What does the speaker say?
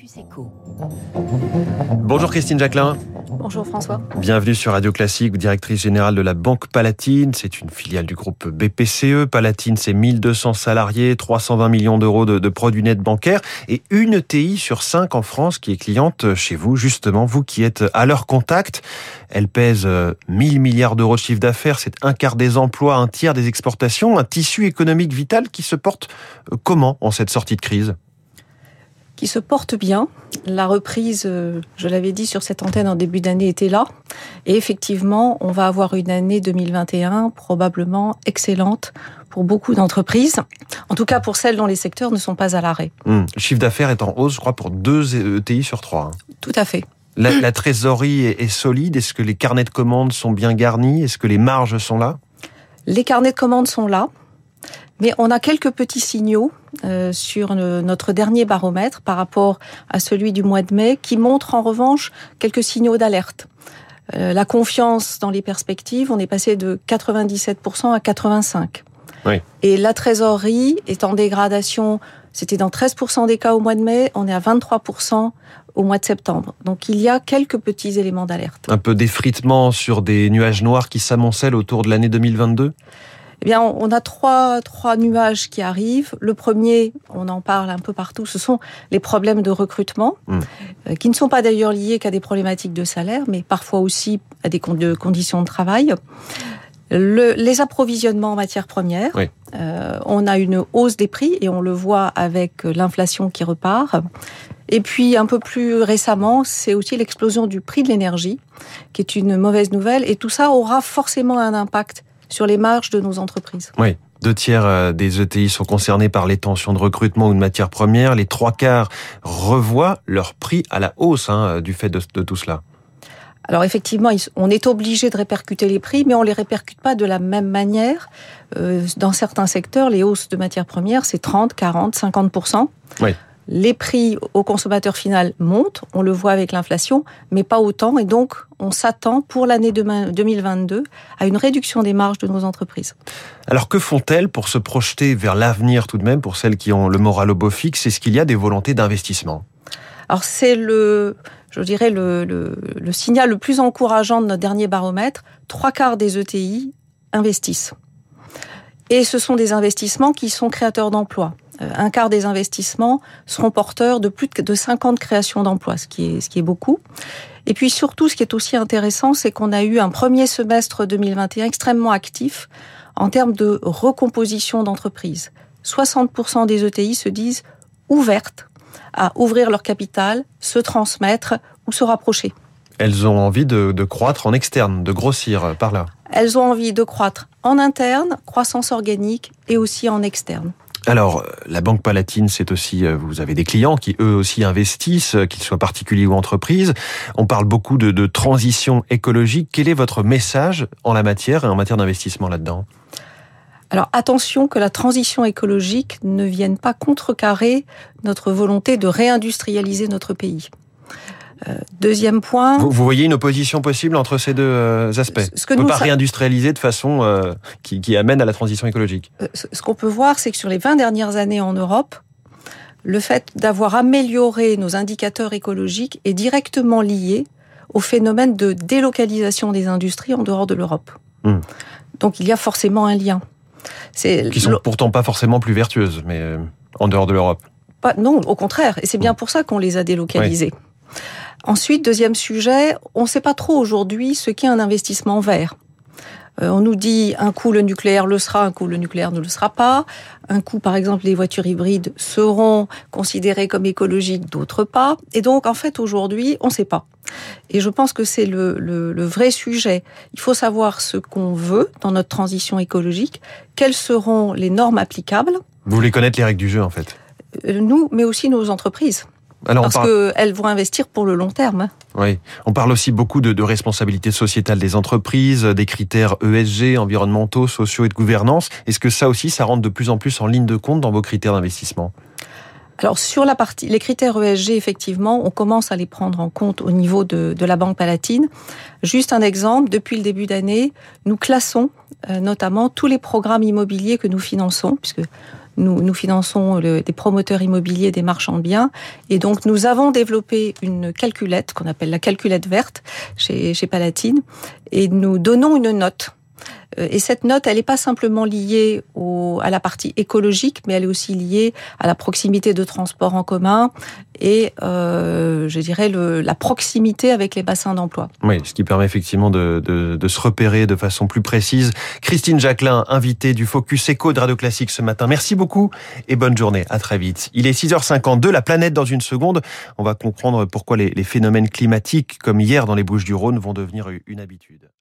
Campus Éco. Bonjour Christine Jacquelin. Bonjour François. Bienvenue sur Radio Classique, directrice générale de la Banque Palatine. C'est une filiale du groupe BPCE. Palatine, c'est 1200 salariés, 320 millions d'euros de produits nets bancaires et une ETI sur 5 en France qui est cliente chez vous, justement, vous qui êtes à leur contact. Elle pèse 1000 milliards d'euros de chiffre d'affaires, c'est un quart des emplois, un tiers des exportations, un tissu économique vital qui se porte comment en cette sortie de crise ? Qui se porte bien. La reprise, je l'avais dit sur cette antenne en début d'année, était là. Et effectivement, on va avoir une année 2021 probablement excellente pour beaucoup d'entreprises. En tout cas, pour celles dont les secteurs ne sont pas à l'arrêt. Le chiffre d'affaires est en hausse, je crois, pour 2 ETI sur 3. Tout à fait. La trésorerie est solide. Est-ce que les carnets de commandes sont bien garnis ? Est-ce que les marges sont là ? Les carnets de commandes sont là. Mais on a quelques petits signaux sur notre dernier baromètre par rapport à celui du mois de mai qui montrent en revanche quelques signaux d'alerte. La confiance dans les perspectives, on est passé de 97% à 85%. Oui. Et la trésorerie est en dégradation, c'était dans 13% des cas au mois de mai, on est à 23% au mois de septembre. Donc il y a quelques petits éléments d'alerte. Un peu d'effritement sur des nuages noirs qui s'amoncellent autour de l'année 2022 ? Eh bien, on a trois nuages qui arrivent. Le premier, on en parle un peu partout, ce sont les problèmes de recrutement, qui ne sont pas d'ailleurs liés qu'à des problématiques de salaire, mais parfois aussi à des conditions de travail. Les approvisionnements en matières premières. Oui. On a une hausse des prix et on le voit avec l'inflation qui repart. Et puis, un peu plus récemment, c'est aussi l'explosion du prix de l'énergie, qui est une mauvaise nouvelle. Et tout ça aura forcément un impact sur les marges de nos entreprises. Oui, 2/3 des ETI sont concernés par les tensions de recrutement ou de matières premières. Les 3/4 revoient leur prix à la hausse du fait de tout cela. Alors effectivement, on est obligé de répercuter les prix, mais on les répercute pas de la même manière. Dans certains secteurs, les hausses de matières premières, c'est 30, 40, 50%. Oui. Les prix au consommateur final montent, on le voit avec l'inflation, mais pas autant. Et donc, on s'attend pour l'année 2022 à une réduction des marges de nos entreprises. Alors que font-elles pour se projeter vers l'avenir tout de même, pour celles qui ont le moral au beau fixe ? Est-ce qu'il y a des volontés d'investissement ? Alors c'est le signal le plus encourageant de notre dernier baromètre. 3/4 des ETI investissent. Et ce sont des investissements qui sont créateurs d'emplois. Un quart des investissements seront porteurs de plus de 50 créations d'emplois, ce qui est beaucoup. Et puis surtout, ce qui est aussi intéressant, c'est qu'on a eu un premier semestre 2021 extrêmement actif en termes de recomposition d'entreprises. 60% des ETI se disent ouvertes à ouvrir leur capital, se transmettre ou se rapprocher. Elles ont envie de croître en externe, de grossir par là. Elles ont envie de croître en interne, croissance organique, et aussi en externe. Alors, la Banque Palatine, c'est aussi, vous avez des clients qui eux aussi investissent, qu'ils soient particuliers ou entreprises. On parle beaucoup de transition écologique. Quel est votre message en la matière et en matière d'investissement là-dedans ? Alors attention que la transition écologique ne vienne pas contrecarrer notre volonté de réindustrialiser notre pays. Deuxième point... Vous voyez une opposition possible entre ces deux aspects ? On ne peut pas réindustrialiser de façon qui amène à la transition écologique. Ce qu'on peut voir, c'est que sur les 20 dernières années en Europe, le fait d'avoir amélioré nos indicateurs écologiques est directement lié au phénomène de délocalisation des industries en dehors de l'Europe. Donc il y a forcément un lien. Qui sont pourtant pas forcément plus vertueuses, mais en dehors de l'Europe. Non, au contraire. Et c'est bien pour ça qu'on les a délocalisées. Oui. Ensuite, deuxième sujet, on ne sait pas trop aujourd'hui ce qu'est un investissement vert. On nous dit un coup le nucléaire le sera, un coup le nucléaire ne le sera pas. Un coup, par exemple, les voitures hybrides seront considérées comme écologiques, d'autres pas. Et donc, en fait, aujourd'hui, on ne sait pas. Et je pense que c'est le vrai sujet. Il faut savoir ce qu'on veut dans notre transition écologique, quelles seront les normes applicables. Vous voulez connaître les règles du jeu, en fait ? Nous, mais aussi nos entreprises. Parce qu'elles vont investir pour le long terme. Oui, on parle aussi beaucoup de responsabilité sociétale des entreprises, des critères ESG, environnementaux, sociaux et de gouvernance. Est-ce que ça aussi, ça rentre de plus en plus en ligne de compte dans vos critères d'investissement ? Alors sur les critères ESG, effectivement, on commence à les prendre en compte au niveau de la Banque Palatine. Juste un exemple, depuis le début d'année, nous classons notamment tous les programmes immobiliers que nous finançons, puisque nous finançons des promoteurs immobiliers, des marchands de biens. Et donc, nous avons développé une calculette qu'on appelle la calculette verte chez Palatine. Et nous donnons une note. Et cette note, elle n'est pas simplement liée à la partie écologique, mais elle est aussi liée à la proximité de transport en commun et, je dirais, la proximité avec les bassins d'emploi. Oui, ce qui permet effectivement de se repérer de façon plus précise. Christine Jacquelin, invitée du Focus Éco de Radio Classique ce matin. Merci beaucoup et bonne journée. À très vite. Il est 6h52, la planète dans une seconde. On va comprendre pourquoi les phénomènes climatiques, comme hier dans les Bouches-du-Rhône, vont devenir une habitude.